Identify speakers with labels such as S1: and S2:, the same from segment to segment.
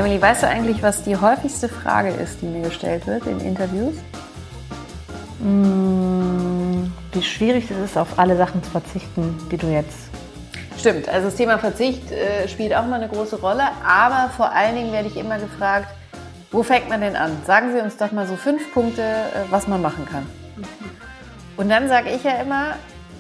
S1: Amelie, weißt du eigentlich, was die häufigste Frage ist, die mir gestellt wird in Interviews?
S2: Wie schwierig es ist, auf alle Sachen zu verzichten, die du jetzt...
S1: Stimmt, also das Thema Verzicht spielt auch mal eine große Rolle, aber vor allen Dingen werde ich immer gefragt, wo fängt man denn an? Sagen Sie uns doch mal so 5 Punkte, was man machen kann. Und dann sage ich ja immer,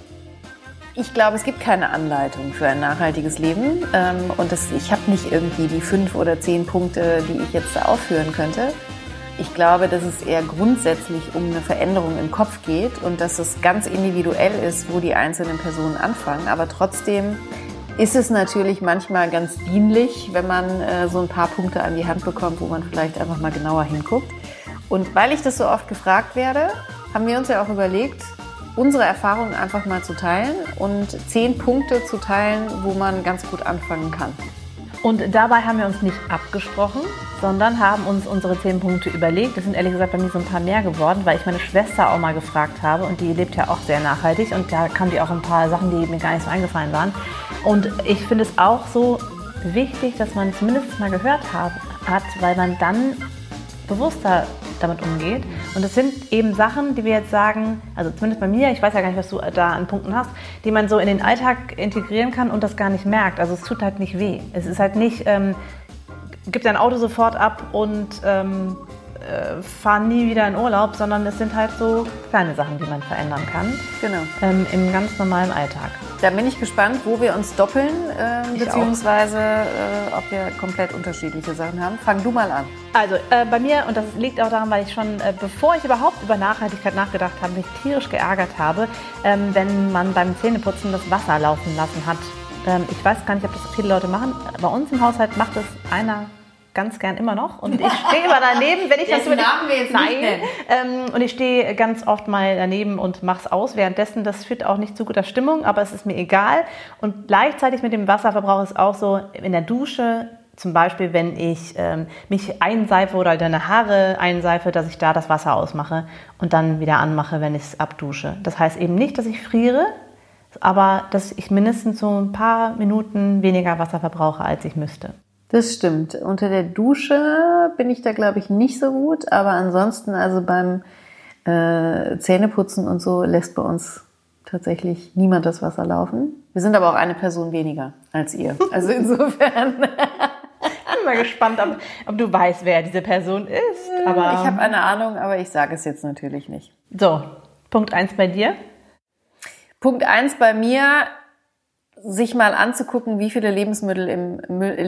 S1: ich glaube, es gibt keine Anleitung für ein nachhaltiges Leben und ich habe nicht irgendwie die 5 oder 10 Punkte, die ich jetzt da aufführen könnte. Ich glaube, dass es eher grundsätzlich um eine Veränderung im Kopf geht und dass es ganz individuell ist, wo die einzelnen Personen anfangen. Aber trotzdem ist es natürlich manchmal ganz dienlich, wenn man so ein paar Punkte an die Hand bekommt, wo man vielleicht einfach mal genauer hinguckt. Und weil ich das so oft gefragt werde, haben wir uns ja auch überlegt, unsere Erfahrungen einfach mal zu teilen und 10 Punkte zu teilen, wo man ganz gut anfangen kann.
S2: Und dabei haben wir uns nicht abgesprochen, sondern haben uns unsere 10 Punkte überlegt. Das sind ehrlich gesagt bei mir so ein paar mehr geworden, weil ich meine Schwester auch mal gefragt habe und die lebt ja auch sehr nachhaltig und da kamen die auch ein paar Sachen, die mir gar nicht so eingefallen waren. Und ich finde es auch so wichtig, dass man es mindestens mal gehört hat, weil man dann bewusster damit umgeht. Und das sind eben Sachen, die wir jetzt sagen, also zumindest bei mir, ich weiß ja gar nicht, was du da an Punkten hast, die man so in den Alltag integrieren kann und das gar nicht merkt. Also es tut halt nicht weh. Es ist halt nicht, gib dein Auto sofort ab und fahr nie wieder in Urlaub, sondern es sind halt so kleine Sachen, die man verändern kann.
S1: Genau.
S2: Im ganz normalen Alltag.
S1: Da bin ich gespannt, wo wir uns doppeln, beziehungsweise ob wir komplett unterschiedliche Sachen haben. Fang du mal an.
S2: Also bei mir, und das liegt auch daran, weil ich schon, bevor ich überhaupt über Nachhaltigkeit nachgedacht habe, mich tierisch geärgert habe, wenn man beim Zähneputzen das Wasser laufen lassen hat. Ich weiß gar nicht, ob das viele Leute machen. Bei uns im Haushalt macht es einer ganz gern immer noch und ich stehe immer daneben, wenn ich das
S1: Namen wir jetzt nicht nennen.
S2: Und ich stehe ganz oft mal daneben und mache es aus. Währenddessen, das führt auch nicht zu guter Stimmung, aber es ist mir egal. Und gleichzeitig mit dem Wasserverbrauch ist auch so in der Dusche, zum Beispiel, wenn ich mich einseife oder deine Haare einseife, dass ich da das Wasser ausmache und dann wieder anmache, wenn ich es abdusche. Das heißt eben nicht, dass ich friere, aber dass ich mindestens so ein paar Minuten weniger Wasser verbrauche, als ich müsste.
S1: Das stimmt. Unter der Dusche bin ich da, glaube ich, nicht so gut. Aber ansonsten, also beim Zähneputzen und so, lässt bei uns tatsächlich niemand das Wasser laufen. Wir sind aber auch eine Person weniger als ihr. Also insofern...
S2: Ich bin mal gespannt, ob du weißt, wer diese Person ist. Aber
S1: ich habe eine Ahnung, aber ich sage es jetzt natürlich nicht.
S2: So, Punkt 1 bei dir.
S1: Punkt 1 bei mir... sich mal anzugucken, wie viele Lebensmittel im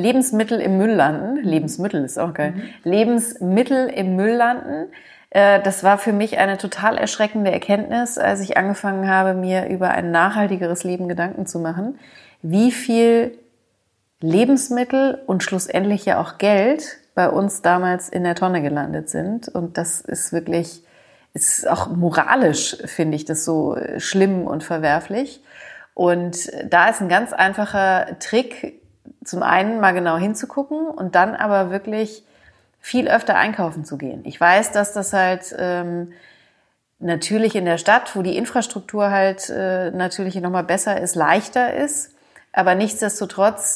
S1: Müll landen. Lebensmittel ist auch geil. Lebensmittel im Müll landen. Das war für mich eine total erschreckende Erkenntnis, als ich angefangen habe, mir über ein nachhaltigeres Leben Gedanken zu machen. Wie viel Lebensmittel und schlussendlich ja auch Geld bei uns damals in der Tonne gelandet sind. Und das ist wirklich, ist auch moralisch, finde ich das so schlimm und verwerflich. Und da ist ein ganz einfacher Trick, zum einen mal genau hinzugucken und dann aber wirklich viel öfter einkaufen zu gehen. Ich weiß, dass das halt natürlich in der Stadt, wo die Infrastruktur halt natürlich nochmal besser ist, leichter ist. Aber nichtsdestotrotz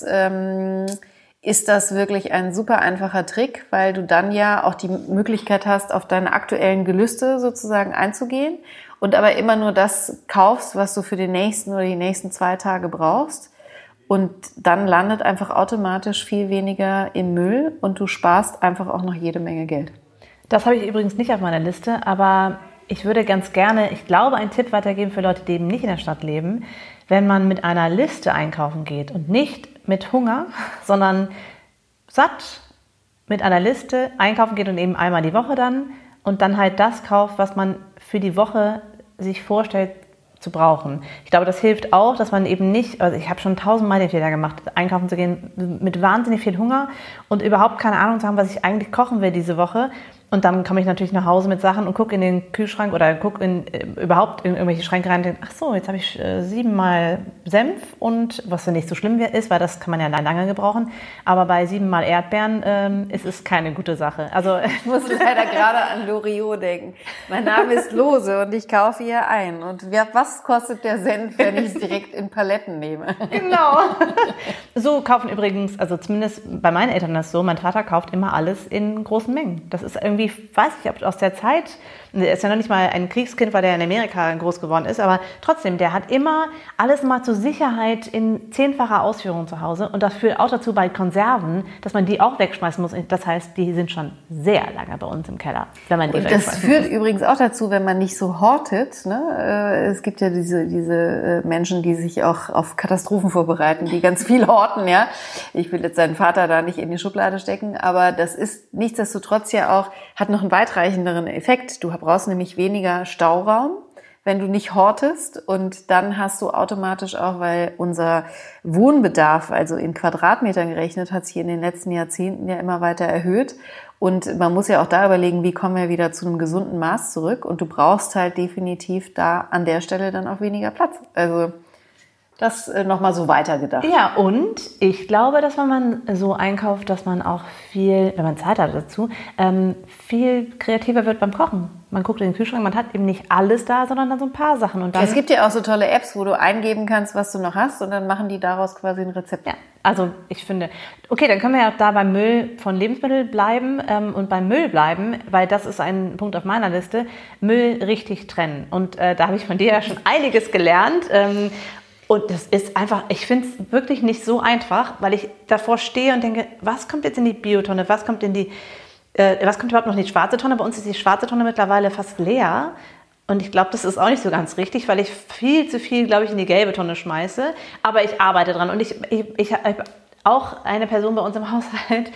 S1: ist das wirklich ein super einfacher Trick, weil du dann ja auch die Möglichkeit hast, auf deine aktuellen Gelüste sozusagen einzugehen und aber immer nur das kaufst, was du für den nächsten oder die nächsten 2 Tage brauchst. Und dann landet einfach automatisch viel weniger im Müll und du sparst einfach auch noch jede Menge Geld.
S2: Das habe ich übrigens nicht auf meiner Liste, aber ich würde ganz gerne, ich glaube, einen Tipp weitergeben für Leute, die eben nicht in der Stadt leben. Wenn man mit einer Liste einkaufen geht und nicht mit Hunger, sondern satt mit einer Liste einkaufen geht und eben einmal die Woche dann und dann halt das kauft, was man für die Woche sich vorstellt zu brauchen. Ich glaube, das hilft auch, dass man eben nicht, also ich habe schon 1000-mal den Fehler gemacht, einkaufen zu gehen mit wahnsinnig viel Hunger und überhaupt keine Ahnung zu haben, was ich eigentlich kochen will diese Woche. Und dann komme ich natürlich nach Hause mit Sachen und gucke in den Kühlschrank oder gucke überhaupt in irgendwelche Schränke rein und denke, ach so, jetzt habe ich 7-mal Senf und was ja nicht so schlimm ist, weil das kann man ja lange gebrauchen. Aber bei 7-mal Erdbeeren ist es keine gute Sache. Also
S1: ich muss leider gerade an Loriot denken. Mein Name ist Lose und ich kaufe hier ein. Und was kostet der Senf, wenn ich es direkt in Paletten nehme?
S2: Genau. So kaufen übrigens, also zumindest bei meinen Eltern das so, mein Vater kauft immer alles in großen Mengen. Das ist irgendwie, weiß ich, ob aus der Zeit, er ist ja noch nicht mal ein Kriegskind, weil der in Amerika groß geworden ist, aber trotzdem, der hat immer alles mal zur Sicherheit in 10-facher Ausführung zu Hause und das führt auch dazu bei Konserven, dass man die auch wegschmeißen muss. Das heißt, die sind schon sehr lange bei uns im Keller, wenn man die wegschmeißt.
S1: Das führt übrigens auch dazu, wenn man nicht so hortet, ne? Es gibt ja diese Menschen, die sich auch auf Katastrophen vorbereiten, die ganz viel horten, ja. Ich will jetzt seinen Vater da nicht in die Schublade stecken, aber das ist nichtsdestotrotz ja auch, hat noch einen weitreichenderen Effekt. Du brauchst nämlich weniger Stauraum, wenn du nicht hortest, und dann hast du automatisch auch, weil unser Wohnbedarf, also in Quadratmetern gerechnet, hat sich in den letzten Jahrzehnten ja immer weiter erhöht, und man muss ja auch da überlegen, wie kommen wir wieder zu einem gesunden Maß zurück, und du brauchst halt definitiv da an der Stelle dann auch weniger Platz. Also das nochmal so weitergedacht.
S2: Ja, und ich glaube, dass wenn man so einkauft, dass man auch viel, wenn man Zeit hat dazu, viel kreativer wird beim Kochen. Man guckt in den Kühlschrank, man hat eben nicht alles da, sondern dann so ein paar Sachen. Und dann,
S1: es gibt ja auch so tolle Apps, wo du eingeben kannst, was du noch hast, und dann machen die daraus quasi ein Rezept.
S2: Ja, also ich finde, okay, dann können wir ja auch da beim Müll von Lebensmitteln bleiben und beim Müll bleiben, weil das ist ein Punkt auf meiner Liste, Müll richtig trennen. Und da habe ich von dir ja schon einiges gelernt. Und das ist einfach, ich finde es wirklich nicht so einfach, weil ich davor stehe und denke, was kommt jetzt in die Biotonne, was kommt überhaupt noch in die schwarze Tonne? Bei uns ist die schwarze Tonne mittlerweile fast leer. Und ich glaube, das ist auch nicht so ganz richtig, weil ich viel zu viel, glaube ich, in die gelbe Tonne schmeiße. Aber ich arbeite dran. Und ich habe auch eine Person bei uns im Haushalt,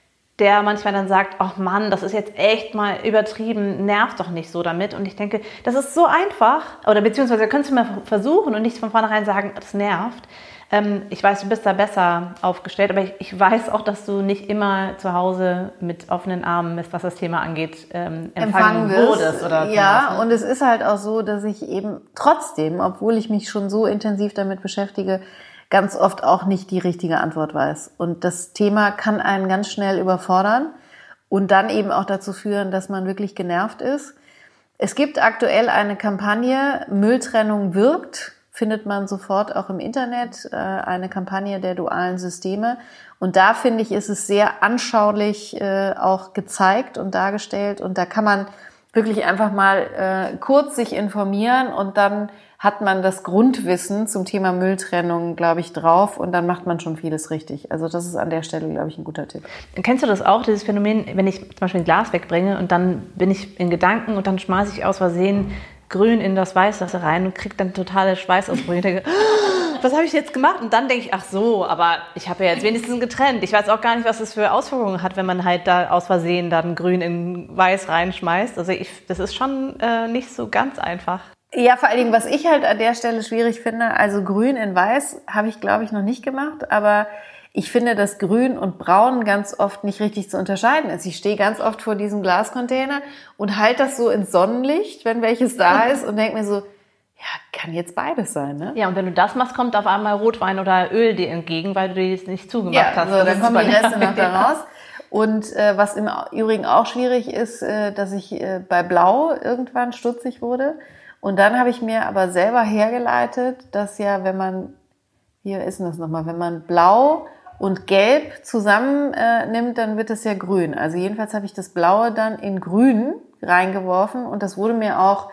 S2: der manchmal dann sagt, ach Mann, das ist jetzt echt mal übertrieben, nervt doch nicht so damit. Und ich denke, das ist so einfach, oder beziehungsweise könntest du mal versuchen und nicht von vornherein sagen, das nervt. Ich weiß, du bist da besser aufgestellt, aber ich weiß auch, dass du nicht immer zu Hause mit offenen Armen, was das Thema angeht, empfangen wurdest. Oder
S1: ja, und es ist halt auch so, dass ich eben trotzdem, obwohl ich mich schon so intensiv damit beschäftige, ganz oft auch nicht die richtige Antwort weiß. Und das Thema kann einen ganz schnell überfordern und dann eben auch dazu führen, dass man wirklich genervt ist. Es gibt aktuell eine Kampagne, Mülltrennung wirkt, findet man sofort auch im Internet, eine Kampagne der dualen Systeme. Und da, finde ich, ist es sehr anschaulich auch gezeigt und dargestellt. Und da kann man wirklich einfach mal kurz sich informieren, und dann hat man das Grundwissen zum Thema Mülltrennung, glaube ich, drauf, und dann macht man schon vieles richtig. Also das ist an der Stelle, glaube ich, ein guter Tipp.
S2: Kennst du das auch, dieses Phänomen, wenn ich zum Beispiel ein Glas wegbringe und dann bin ich in Gedanken und dann schmeiße ich aus Versehen Grün in das Weißwasser rein und kriege dann totale Schweißausbrüche. Ich denke, was habe ich jetzt gemacht? Und dann denke ich, ach so, aber ich habe ja jetzt wenigstens getrennt. Ich weiß auch gar nicht, was das für Auswirkungen hat, wenn man halt da aus Versehen dann Grün in Weiß reinschmeißt. Also das ist schon nicht so ganz einfach.
S1: Ja, vor allen Dingen, was ich halt an der Stelle schwierig finde, also Grün in Weiß habe ich, glaube ich, noch nicht gemacht, aber ich finde, dass Grün und Braun ganz oft nicht richtig zu unterscheiden ist. Ich stehe ganz oft vor diesem Glascontainer und halte das so ins Sonnenlicht, wenn welches da ist, und denke mir so, ja, kann jetzt beides sein, ne?
S2: Ja, und wenn du das machst, kommt auf einmal Rotwein oder Öl dir entgegen, weil du die jetzt nicht zugemacht hast.
S1: Ja, so, dann kommen die Reste noch da raus. Und was im Übrigen auch schwierig ist, dass ich bei Blau irgendwann stutzig wurde. Und dann habe ich mir aber selber hergeleitet, dass ja, wenn man, hier ist das nochmal, wenn man Blau und Gelb zusammen nimmt, dann wird es ja grün. Also jedenfalls habe ich das Blaue dann in Grün reingeworfen, und das wurde mir auch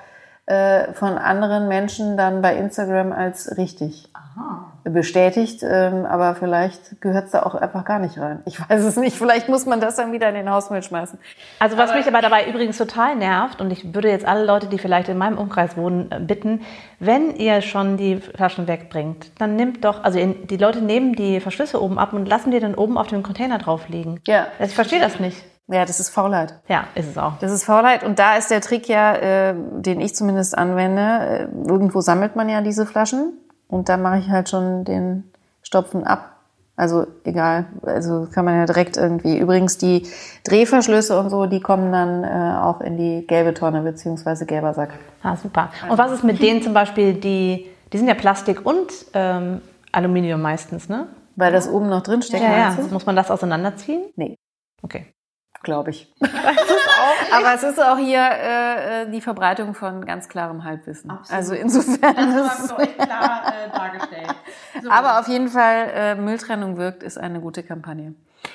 S1: von anderen Menschen dann bei Instagram als richtig bestätigt. Aber vielleicht gehört es da auch einfach gar nicht rein. Ich weiß es nicht. Vielleicht muss man das dann wieder in den Hausmüll schmeißen.
S2: Also was mich aber dabei übrigens total nervt, und ich würde jetzt alle Leute, die vielleicht in meinem Umkreis wohnen, bitten, wenn ihr schon die Flaschen wegbringt, dann nehmt doch, also die Leute nehmen die Verschlüsse oben ab und lassen die dann oben auf dem Container drauf liegen.
S1: Ja.
S2: Also ich verstehe das nicht.
S1: Ja, das ist Faulheit.
S2: Ja, ist es auch.
S1: Das ist Faulheit, und da ist der Trick ja, den ich zumindest anwende. Irgendwo sammelt man ja diese Flaschen, und da mache ich halt schon den Stopfen ab. Also egal, also kann man ja direkt irgendwie. Übrigens die Drehverschlüsse und so, die kommen dann auch in die gelbe Tonne beziehungsweise gelber Sack.
S2: Ah, super. Und was ist mit denen zum Beispiel, die sind ja Plastik und Aluminium meistens, ne?
S1: Weil das oben noch drin steckt.
S2: Ja. Muss man das auseinanderziehen?
S1: Nee.
S2: Okay.
S1: Glaube ich. Aber es ist auch hier die Verbreitung von ganz klarem Halbwissen. Absolut. Also insofern.
S2: Das ist echt klar dargestellt. So.
S1: Aber auf jeden Fall, Mülltrennung wirkt, ist eine gute Kampagne.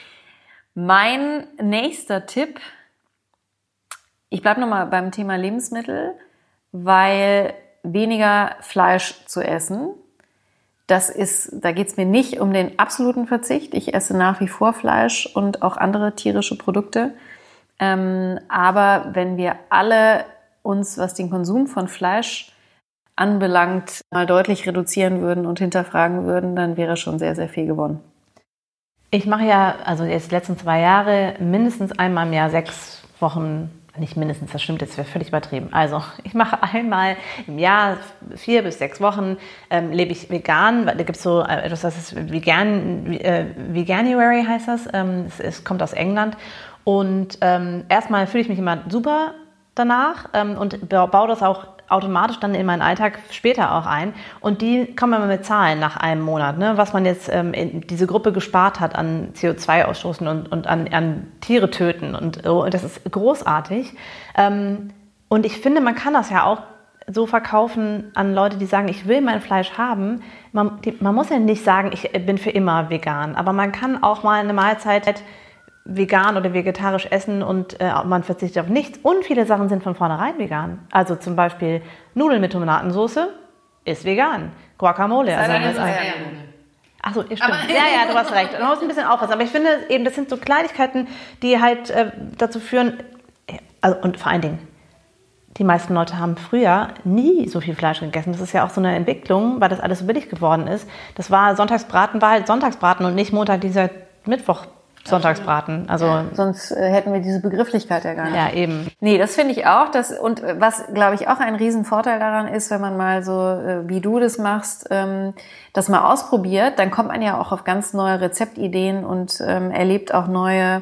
S1: Mein nächster Tipp, ich bleibe nochmal beim Thema Lebensmittel, weil weniger Fleisch zu essen, da geht es mir nicht um den absoluten Verzicht. Ich esse nach wie vor Fleisch und auch andere tierische Produkte. Aber wenn wir alle uns, was den Konsum von Fleisch anbelangt, mal deutlich reduzieren würden und hinterfragen würden, dann wäre schon sehr, sehr viel gewonnen.
S2: Ich mache ja, also jetzt die letzten 2 Jahre, mindestens einmal im Jahr 6 Wochen, nicht mindestens, das stimmt, jetzt wäre völlig übertrieben. Also ich mache einmal im Jahr 4 bis 6 Wochen, lebe ich vegan. Da gibt es so etwas, das ist Veganuary heißt das. Es kommt aus England. Und erstmal fühle ich mich immer super danach und baue das auch automatisch dann in meinen Alltag später auch ein. Und die kommen immer mit Zahlen nach einem Monat, ne? Was man jetzt in diese Gruppe gespart hat an CO2-Ausstoßen und an Tiere töten. Und das ist großartig. Und ich finde, man kann das ja auch so verkaufen an Leute, die sagen, ich will mein Fleisch haben. Man muss ja nicht sagen, ich bin für immer vegan. Aber man kann auch mal eine Mahlzeit vegan oder vegetarisch essen und man verzichtet auf nichts. Und viele Sachen sind von vornherein vegan. Also zum Beispiel Nudeln mit Tomatensauce ist vegan. Guacamole. Achso, stimmt. Ja, du hast recht. Du musst ein bisschen aufpassen. Aber ich finde eben, das sind so Kleinigkeiten, die halt dazu führen, also, und vor allen Dingen, die meisten Leute haben früher nie so viel Fleisch gegessen. Das ist ja auch so eine Entwicklung, weil das alles so billig geworden ist. Das war Sonntagsbraten, war halt Sonntagsbraten und nicht Montag, Dienstag, Mittwoch. Sonntagsbraten. Also
S1: sonst hätten wir diese Begrifflichkeit ja gar nicht.
S2: Ja, eben.
S1: Nee, das finde ich auch. Und was, glaube ich, auch ein Riesenvorteil daran ist, wenn man mal so, wie du das machst, das mal ausprobiert, dann kommt man ja auch auf ganz neue Rezeptideen und erlebt auch neue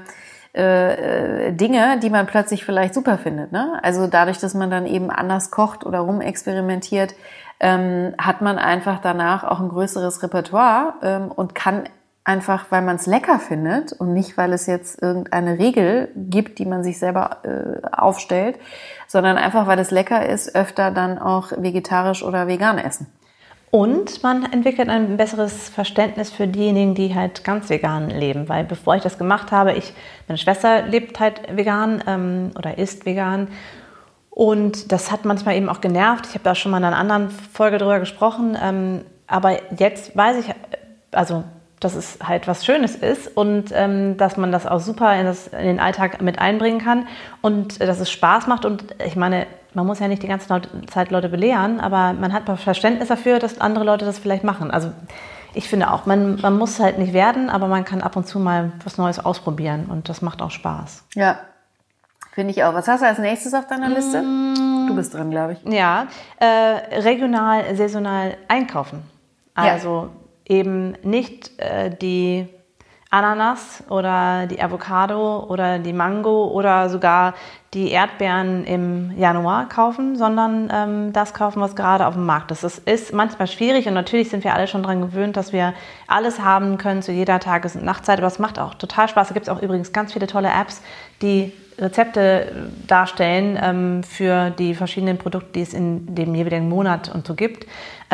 S1: Dinge, die man plötzlich vielleicht super findet. Ne? Also dadurch, dass man dann eben anders kocht oder rumexperimentiert, hat man einfach danach auch ein größeres Repertoire und kann einfach, weil man es lecker findet und nicht, weil es jetzt irgendeine Regel gibt, die man sich selber aufstellt, sondern einfach, weil es lecker ist, öfter dann auch vegetarisch oder vegan essen.
S2: Und man entwickelt ein besseres Verständnis für diejenigen, die halt ganz vegan leben. Weil bevor ich das gemacht habe, meine Schwester lebt halt vegan oder ist vegan. Und das hat manchmal eben auch genervt. Ich habe da schon mal in einer anderen Folge drüber gesprochen. Aber jetzt weiß ich, also dass es halt was Schönes ist und dass man das auch super in den Alltag mit einbringen kann und dass es Spaß macht. Und ich meine, man muss ja nicht die ganze Zeit Leute belehren, aber man hat Verständnis dafür, dass andere Leute das vielleicht machen. Also ich finde auch, man muss halt nicht werden, aber man kann ab und zu mal was Neues ausprobieren und das macht auch Spaß.
S1: Ja, finde ich auch. Was hast du als nächstes auf deiner Liste? Du bist dran, glaube ich.
S2: Ja, regional, saisonal einkaufen. Also eben nicht die Ananas oder die Avocado oder die Mango oder sogar die Erdbeeren im Januar kaufen, sondern das kaufen, was gerade auf dem Markt ist. Das ist manchmal schwierig und natürlich sind wir alle schon daran gewöhnt, dass wir alles haben können zu jeder Tages- und Nachtzeit, aber es macht auch total Spaß. Da gibt es auch übrigens ganz viele tolle Apps, die Rezepte darstellen für die verschiedenen Produkte, die es in dem jeweiligen Monat und so gibt.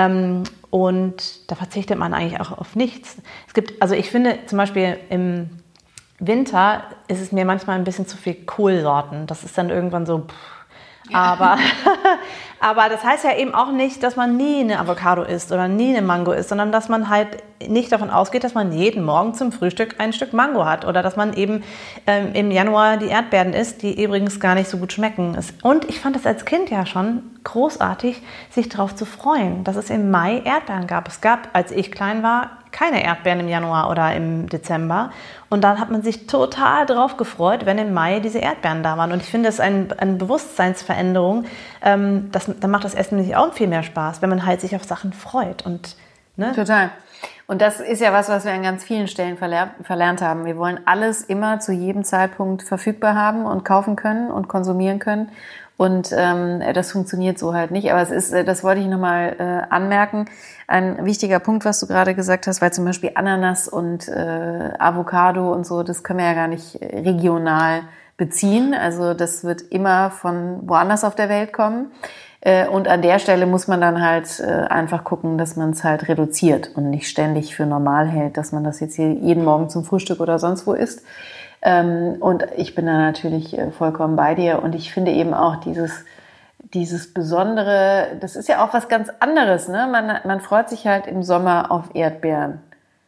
S2: Und da verzichtet man eigentlich auch auf nichts. Also ich finde zum Beispiel im Winter ist es mir manchmal ein bisschen zu viel Kohlsorten. Das ist dann irgendwann so, aber das heißt ja eben auch nicht, dass man nie eine Avocado isst oder nie eine Mango isst, sondern dass man halt nicht davon ausgeht, dass man jeden Morgen zum Frühstück ein Stück Mango hat oder dass man eben im Januar die Erdbeeren isst, die übrigens gar nicht so gut schmecken. Und ich fand es als Kind ja schon großartig, sich darauf zu freuen, dass es im Mai Erdbeeren gab. Es gab, als ich klein war, keine Erdbeeren im Januar oder im Dezember. Und dann hat man sich total drauf gefreut, wenn im Mai diese Erdbeeren da waren. Und ich finde, das ist eine Bewusstseinsveränderung. Dann macht das Essen nämlich auch viel mehr Spaß, wenn man halt sich auf Sachen freut. Und, ne?
S1: Total. Und das ist ja was wir an ganz vielen Stellen verlernt haben. Wir wollen alles immer zu jedem Zeitpunkt verfügbar haben und kaufen können und konsumieren können. Und das funktioniert so halt nicht. Aber es ist, das wollte ich nochmal anmerken, ein wichtiger Punkt, was du gerade gesagt hast, weil zum Beispiel Ananas und Avocado und so, das können wir ja gar nicht regional beziehen. Also das wird immer von woanders auf der Welt kommen. Und an der Stelle muss man dann halt einfach gucken, dass man es halt reduziert und nicht ständig für normal hält, dass man das jetzt hier jeden Morgen zum Frühstück oder sonst wo isst. Und ich bin da natürlich vollkommen bei dir. Und ich finde eben auch dieses Besondere, das ist ja auch was ganz anderes, ne? Man freut sich halt im Sommer auf Erdbeeren.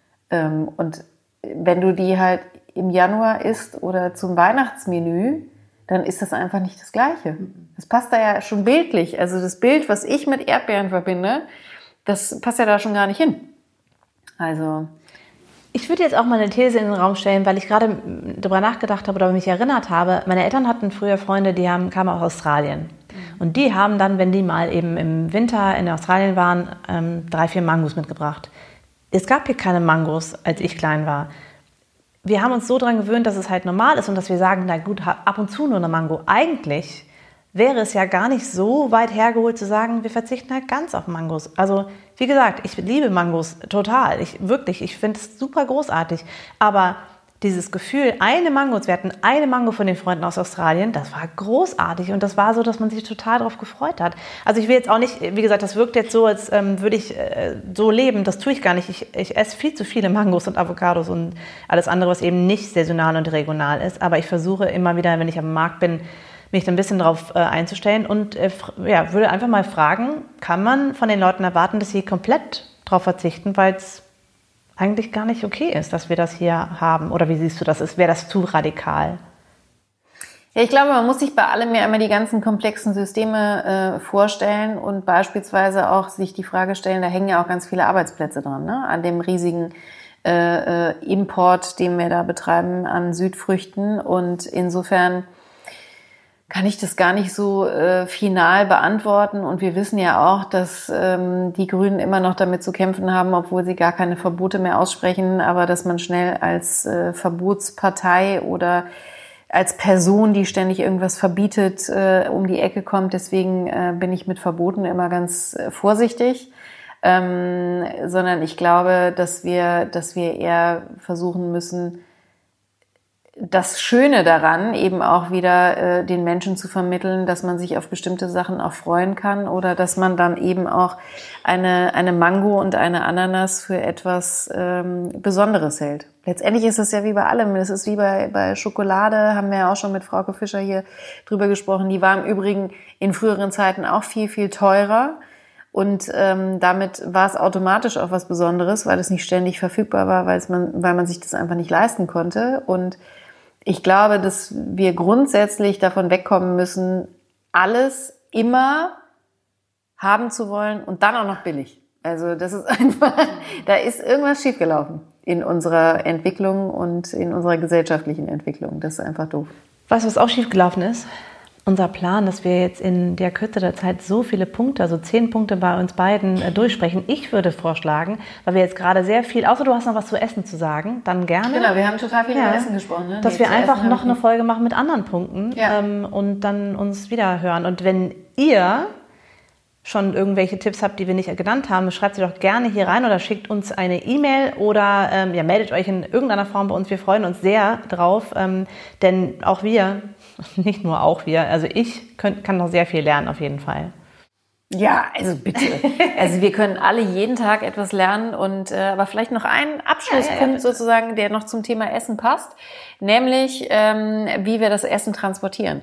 S1: Und wenn du die halt im Januar isst oder zum Weihnachtsmenü, dann ist das einfach nicht das Gleiche. Das passt da ja schon bildlich. Also das Bild, was ich mit Erdbeeren verbinde, das passt ja da schon gar nicht hin. Also
S2: ich würde jetzt auch mal eine These in den Raum stellen, weil ich gerade darüber nachgedacht habe oder mich erinnert habe. Meine Eltern hatten früher Freunde, die kamen aus Australien. Und die haben dann, wenn die mal eben im Winter in Australien waren, 3-4 Mangos mitgebracht. Es gab hier keine Mangos, als ich klein war. Wir haben uns so daran gewöhnt, dass es halt normal ist und dass wir sagen, na gut, ab und zu nur eine Mango. Eigentlich wäre es ja gar nicht so weit hergeholt zu sagen, wir verzichten halt ganz auf Mangos. Also wie gesagt, ich liebe Mangos total. Ich finde es super großartig. Aber dieses Gefühl, wir hatten eine Mango von den Freunden aus Australien, das war großartig. Und das war so, dass man sich total darauf gefreut hat. Also ich will jetzt auch nicht, wie gesagt, das wirkt jetzt so, als würde ich so leben. Das tue ich gar nicht. Ich esse viel zu viele Mangos und Avocados und alles andere, was eben nicht saisonal und regional ist. Aber ich versuche immer wieder, wenn ich am Markt bin, mich ein bisschen darauf einzustellen und würde einfach mal fragen, kann man von den Leuten erwarten, dass sie komplett darauf verzichten, weil es eigentlich gar nicht okay ist, dass wir das hier haben? Oder wie siehst du das? Wäre das zu radikal?
S1: Ja, ich glaube, man muss sich bei allem ja immer die ganzen komplexen Systeme vorstellen und beispielsweise auch sich die Frage stellen, da hängen ja auch ganz viele Arbeitsplätze dran, ne? An dem riesigen Import, den wir da betreiben an Südfrüchten. Und insofern kann ich das gar nicht so final beantworten. Und wir wissen ja auch, dass die Grünen immer noch damit zu kämpfen haben, obwohl sie gar keine Verbote mehr aussprechen, aber dass man schnell als Verbotspartei oder als Person, die ständig irgendwas verbietet, um die Ecke kommt. Deswegen bin ich mit Verboten immer ganz vorsichtig. Sondern ich glaube, dass wir eher versuchen müssen, das Schöne daran eben auch wieder den Menschen zu vermitteln, dass man sich auf bestimmte Sachen auch freuen kann oder dass man dann eben auch eine Mango und eine Ananas für etwas Besonderes hält. Letztendlich ist es ja wie bei allem. Es ist wie bei Schokolade, haben wir ja auch schon mit Frauke Fischer hier drüber gesprochen. Die war im Übrigen in früheren Zeiten auch viel, viel teurer. Und damit war es automatisch auch was Besonderes, weil es nicht ständig verfügbar war, weil man sich das einfach nicht leisten konnte. Und ich glaube, dass wir grundsätzlich davon wegkommen müssen, alles immer haben zu wollen und dann auch noch billig. Also das ist einfach, da ist irgendwas schiefgelaufen in unserer Entwicklung und in unserer gesellschaftlichen Entwicklung. Das ist einfach doof.
S2: Weißt du, was auch schiefgelaufen ist? Unser Plan, dass wir jetzt in der Kürze der Zeit so viele Punkte, also 10 Punkte bei uns beiden durchsprechen. Ich würde vorschlagen, weil wir jetzt gerade sehr viel, außer du hast noch was zu Essen zu sagen, dann gerne.
S1: Genau, wir haben total viel über Essen gesprochen. Ne?
S2: Dass wir einfach noch eine Folge machen mit anderen Punkten und dann uns wieder hören. Und wenn ihr schon irgendwelche Tipps habt, die wir nicht genannt haben, schreibt sie doch gerne hier rein oder schickt uns eine E-Mail oder meldet euch in irgendeiner Form bei uns. Wir freuen uns sehr drauf, denn auch wir, nicht nur auch wir, also ich kann noch sehr viel lernen auf jeden Fall.
S1: Ja, also bitte. Also wir können alle jeden Tag etwas lernen und aber vielleicht noch einen Abschlusspunkt sozusagen, der noch zum Thema Essen passt, nämlich wie wir das Essen transportieren.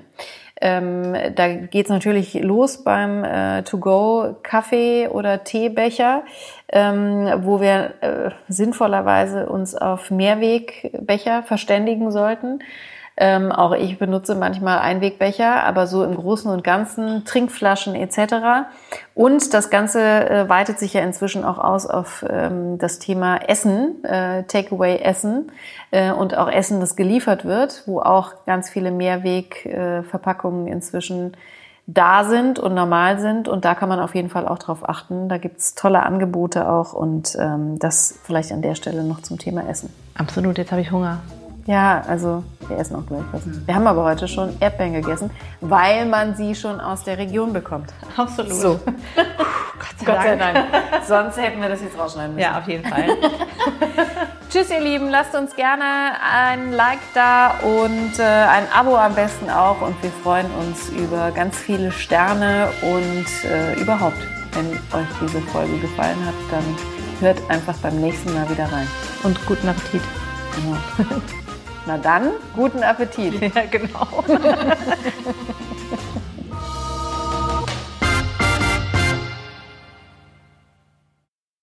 S1: Da geht's natürlich los beim To-Go-Kaffee- oder Teebecher, wo wir sinnvollerweise uns auf Mehrwegbecher verständigen sollten. Auch ich benutze manchmal Einwegbecher, aber so im Großen und Ganzen Trinkflaschen etc. Und das Ganze weitet sich ja inzwischen auch aus auf das Thema Essen, Takeaway-Essen und auch Essen, das geliefert wird, wo auch ganz viele Mehrwegverpackungen inzwischen da sind und normal sind. Und da kann man auf jeden Fall auch drauf achten. Da gibt es tolle Angebote auch und das vielleicht an der Stelle noch zum Thema Essen.
S2: Absolut, jetzt habe ich Hunger.
S1: Ja, also wir essen auch gleich was. Wir haben aber heute schon Erdbeeren gegessen, weil man sie schon aus der Region bekommt.
S2: Absolut.
S1: So.
S2: Gott sei Dank.
S1: Sonst hätten wir das jetzt rausschneiden müssen.
S2: Ja, auf jeden Fall.
S1: Tschüss, ihr Lieben. Lasst uns gerne ein Like da und ein Abo am besten auch. Und wir freuen uns über ganz viele Sterne und überhaupt, wenn euch diese Folge gefallen hat, dann hört einfach beim nächsten Mal wieder rein.
S2: Und guten Appetit.
S1: Genau. Na dann, guten Appetit.
S2: Ja, genau.